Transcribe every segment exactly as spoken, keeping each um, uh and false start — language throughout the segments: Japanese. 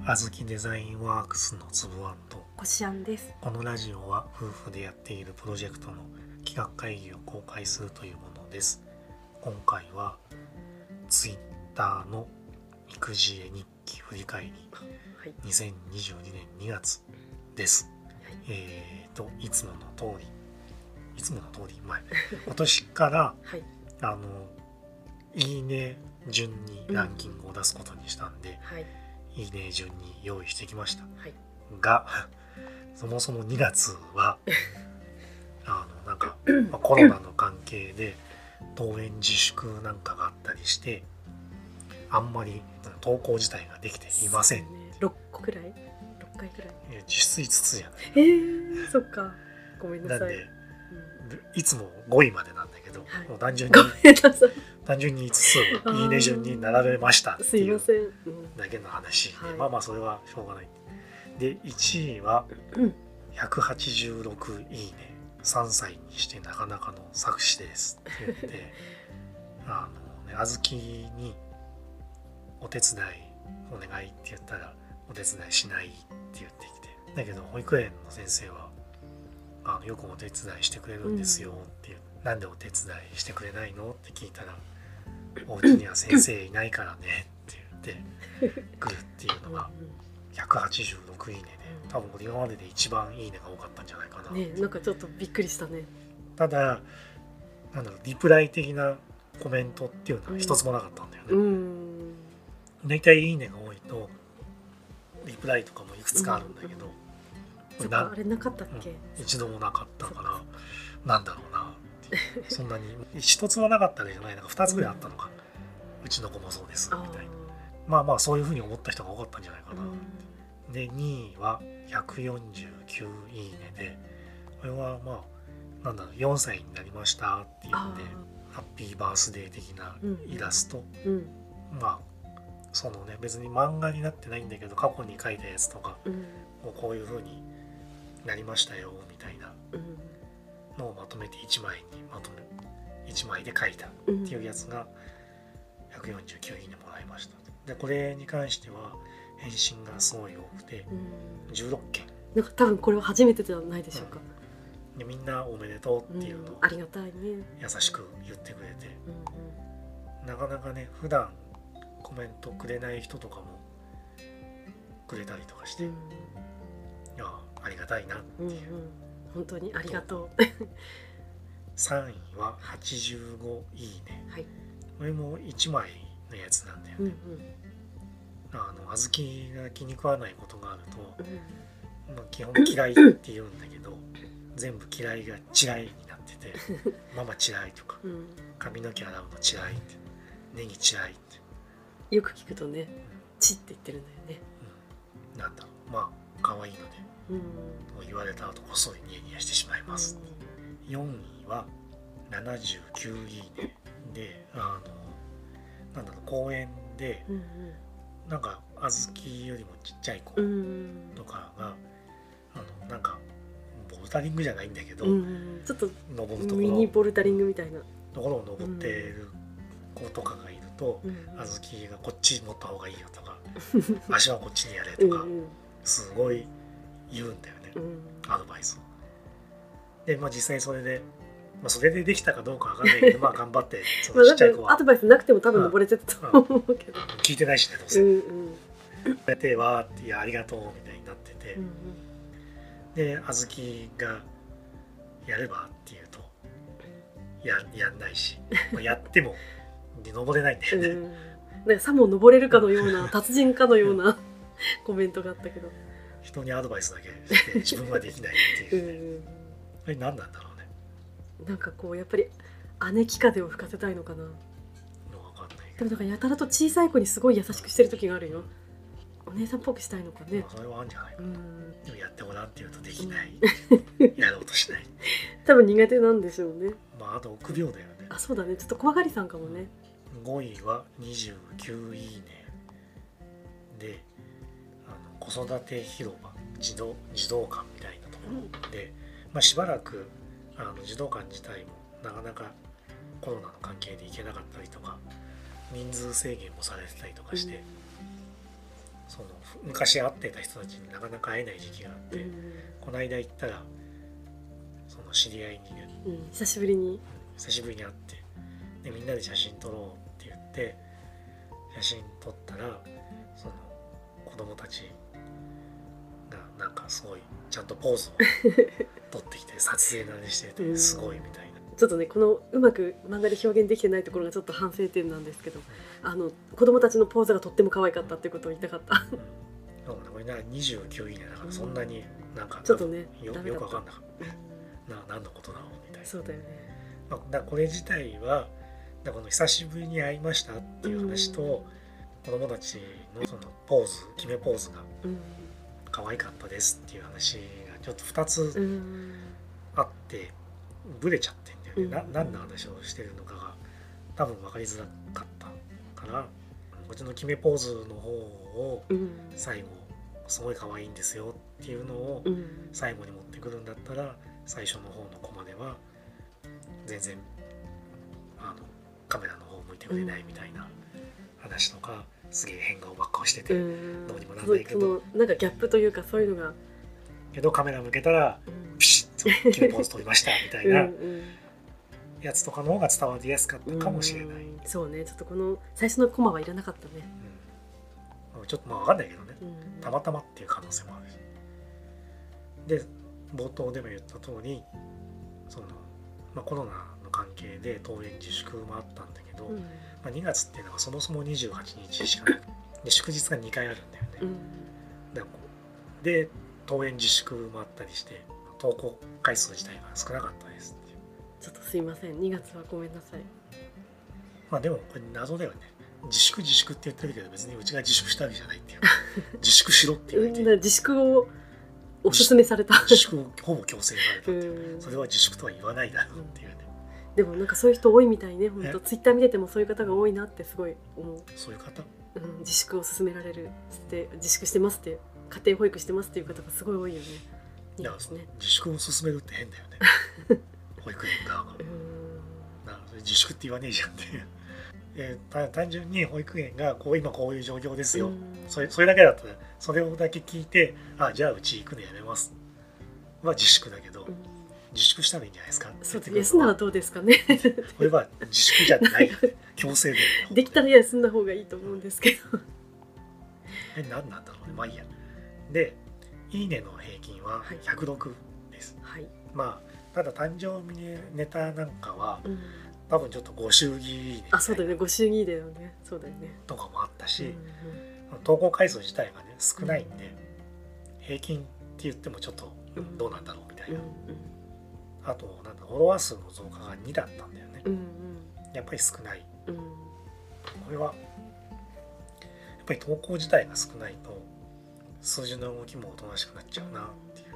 あずきデザインワークスのつぶあんとこしあんです。 このラジオは夫婦でやっているプロジェクトの企画会議を公開するというものです。今回はツイッターの育児絵日記振り返り、はい、にせんにじゅうにねんにがつです。はい、えーといつもの通りいつもの通り前今年から、はい、あのいいね順にランキングを出すことにしたんで、うんはいいいね順に用意してきました、はい、がそもそもにがつはあのなんか、まあ、コロナの関係で登園自粛なんかがあったりしてあんまり投稿自体ができていません、 ね、ろっこくらいろっかいくらい実質いつつじゃないえー、そっかごめんなさい。 なんで、うん、いつもごいまでなんだけど、はい、もう単純に単純にいつつをいいね順に並べましたっていうだけの話で、うん、まあまあそれはしょうがない。でいちいはひゃくはちじゅうろくいいねさんさいにしてなかなかの作詞ですって言ってあのねあずきにお手伝いお願いって言ったらお手伝いしないって言ってきてだけど保育園の先生はあのよくお手伝いしてくれるんですよっていう、うん、なんでお手伝いしてくれないのって聞いたらお家には先生いないからねって言ってくるっていうのがひゃくはちじゅうろくいいねで多分今までで一番いいねが多かったんじゃないかな。 ね、なんかちょっとびっくりしたね。 ただなんだろうリプライ的なコメントっていうのは一つもなかったんだよね。うん、だいたいいいねが多いとリプライとかもいくつかあるんだけど、 うんうん、あれなかったっけ、うん、 一度もなかったからなんだろうなってそんなに一つもなかったわけじゃないなんか二つぐらいあったのか、うん、うちの子もそうですみたいなまあまあそういうふうに思った人が多かったんじゃないかな、うん、でにいはひゃくよんじゅうきゅういいねでこれはまあなんだろうよんさいになりましたっていうんでハッピーバースデー的なイラスト、うんうん、まあそのね別に漫画になってないんだけど過去に描いたやつとか、うん、もうこういう風になりましたよみたいなのをまとめていちまいにまとめいちまいで描いたっていうやつがひゃくよんじゅうきゅういいねもらいました。でこれに関しては返信がすごい多くてじゅうろっけんなんか多分これは初めてじゃないでしょうか、 うん、でみんなおめでとうっていうのを、 うん、ありがたいね優しく言ってくれて、うんうん、なかなかね普段コメントくれない人とかもくれたりとかして、うん、いやありがたいなっていう、うんうん、 本当にありがとうさんいははちじゅうごいいね、はい、これもいちまいのやつなんだよね、うんうん、あの小豆が気に食わないことがあると、うんまあ、基本嫌いって言うんだけど全部嫌いが嫌いになっててママ嫌いとか、うん、髪の毛洗うの嫌いってネギ嫌いってよく聞くとね、チって言ってるんだよね、 うん、なんだろうまあ可愛いので、うん、言われた後こっそりニヤニヤしてしまいます、うん、よんいはななじゅうきゅういいねであのなんだろう公園で、うんうん、なんか小豆よりもちっちゃい子とかが、うん、あのなんかボルダリングじゃないんだけど、うん、 ちょっとミニボルダリングみたいなところを登っている子とかがいると、うん、小豆がこっち持った方がいいよとか足はこっちにやれとかすごい言うんだよね、うん、アドバイスをで、まあ、実際それで、まあ、それでできたかどうかわかんないけどまあ頑張ってそのちっちゃい子はアドバイスなくても多分登れてたと思うけど、うんうん、 聞いてないしねどうせうん、うん、やってわーっていやありがとうみたいになってて、うんうん、で小豆がやればっていうと や, やんないし、まあ、やっても登れないんだよね、うん、 なんかさも登れるかのような達人かのようなコメントがあったけど人にアドバイスだけして自分はできないっていう、ねうん、あれ何なんだろうねなんかこうやっぱり姉貴風を吹かせたいのかなのわかんないけどでもなんかやたらと小さい子にすごい優しくしてる時があるよお姉さんっぽくしたいのかね、 まあ、それはあるんじゃないかな、うん、でもやってごらんって言うとできない、うん、やろうとしない多分苦手なんでしょうねまああと臆病だよねあそうだねちょっと怖がりさんかもねごいはにじゅうきゅういいねであの子育て広場児童、児童館みたいなところで、まあ、しばらくあの児童館自体もなかなかコロナの関係で行けなかったりとか人数制限もされてたりとかして、 その昔会ってた人たちになかなか会えない時期があって、うん、この間行ったらその知り合いにね、 うん、久しぶりに久しぶりに会ってでみんなで写真撮ろうって言って写真撮ったらその子供たちがなんかすごいちゃんとポーズを撮ってきて撮影慣れしててすごいみたいな、 うん、ちょっとねこのうまく漫画で表現できてないところがちょっと反省点なんですけど、うん、あの子供たちのポーズがとっても可愛かったっていうことを言いたかった、うん、 そうこれなにじゅうきゅういいねだからそんなになんか、 うん、ちょっとねよ, よく分かんなかった、うん、な何のことなのみたいな。 そうだよね、 まあ、だこれ自体はだこの久しぶりに会いましたっていう話と、うん、子供たちのそのポーズ決めポーズが可愛かったですっていう話がちょっとふたつあってブレちゃってんだよね、うん、な何の話をしてるのかが多分分かりづらかったからこっちの決めポーズの方を最後すごい可愛いんですよっていうのを最後に持ってくるんだったら最初の方のコマでは全然あのカメラの方向いてくれないみたいな話とか、うん、すげえ変顔ばっかをしててどうにもなんないけどそのなんかギャップというかそういうのがけどカメラ向けたら、うん、ピシッと決めポーズ撮りましたみたいなやつとかの方が伝わりやすかったかもしれない、うん、 そうねちょっとこの最初のコマはいらなかったね、 うん、ちょっとまあ分かんないけどね、うん、たまたまっていう可能性もあるしで冒頭でも言った通りその、まあ、コロナの関係で登園自粛もあったんだけど、うんまあ、にがつっていうのはそもそもにじゅうはちにちしかないで祝日がにかいあるんだよね、うん、だで登園自粛もあったりして登校回数自体が少なかったですっていうちょっとすいませんにがつはごめんなさい。 まあでもこれ謎だよね自粛自粛って言ってるけど別にうちが自粛したわけじゃないっていう自粛しろって言われて自粛をおすすめされた自粛をほぼ強制されたっていうそれは自粛とは言わないだろうっていうね、 うん、でもなんかそういう人多いみたいね本当ツイッター見ててもそういう方が多いなってすごい思うそういう方、 うん、自粛を勧められるって自粛してますって家庭保育してますっていう方がすごい多いよね。いいですね。 自粛を勧めるって変だよね保育園側がなそれ自粛って言わねえじゃんっていうえー、単純に保育園がこう今こういう状況ですよ、うん、それ、それだけだったらそれをだけ聞いてあじゃあうち行くのやめますは自粛だけど、うん、自粛したらいいんじゃないですか。 そう休んだらどうですかねこれは自粛じゃない強制でできたら休んだ方がいいと思うんですけどえ何なんだろうねまあいいやでいいねの平均はひゃくろくです、はい、まあただ誕生日ネタなんかは、うん多分ちょっとご祝儀あそうだよねご祝儀だよねそうだよねとかもあったし、うんうん、投稿回数自体がね少ないんで、うん、平均って言ってもちょっとどうなんだろうみたいな、うんうん、あとなんだフォロワー数の増加がにだったんだよね、うんうん、やっぱり少ない、うん、これはやっぱり投稿自体が少ないと数字の動きもおとなしくなっちゃうなっていう、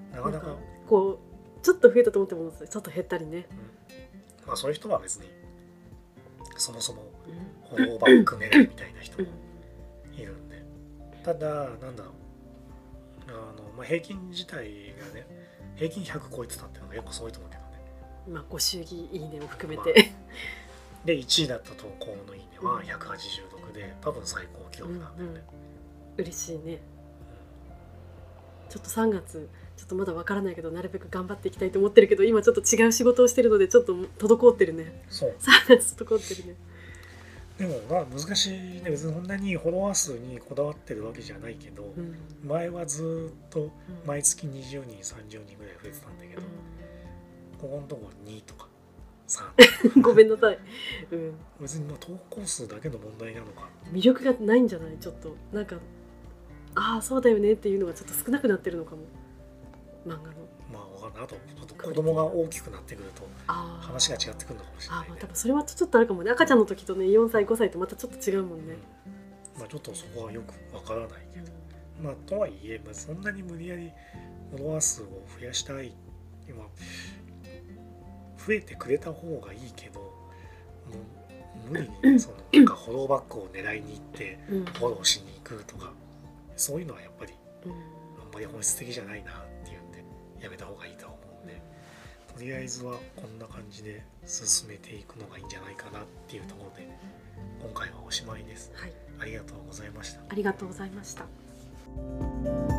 なかなかこうちょっと増えたと思ってもちょっと減ったりね、うんまあ、そういう人は別にそもそもフォローバック狙いみたいな人もいるんでただなんだろうあの、まあ、平均自体がね平均ひゃく超えてたっていうのが結構すごいと思うけどねまあご祝儀いいねを含めて、まあ、でいちいだった投稿のいいねはひゃくはちじゅうろくで多分最高記録なんだよね、 うんうん、嬉しいね、うん、ちょっとさんがつちょっとまだわからないけどなるべく頑張っていきたいと思ってるけど今ちょっと違う仕事をしてるのでちょっと滞ってるね。 そうさんがつ滞ってるね。 でもまあ難しいね別にそんなにフォロワー数にこだわってるわけじゃないけど、うん、前はずっと毎月にじゅうにんさんじゅうにんぐらい増えてたんだけど、うん、ここのとこにとかさんごめんなさい、うん、 別にまあ投稿数だけの問題なのか魅力がないんじゃないちょっとなんかああそうだよねっていうのがちょっと少なくなってるのかも漫画のまあわかんないあと子供が大きくなってくると話が違ってくるのかもしれない、ね、 ああ多分それはちょっとあるかもね赤ちゃんの時とねよんさいごさいとまたちょっと違うもんね、 うん、まあちょっとそこはよくわからないけど、うん、まあとはいえ、まあ、そんなに無理やりフォロワー数を増やしたい今増えてくれた方がいいけどもう無理にそのなんかフォローバックを狙いに行ってフォローしに行くとか、うん、そういうのはやっぱりあんまり本質的じゃないなっていうんでやめた方がいいと思うんでとりあえずはこんな感じで進めていくのがいいんじゃないかなっていうところで今回はおしまいです、はい、ありがとうございました。 りがとうございました。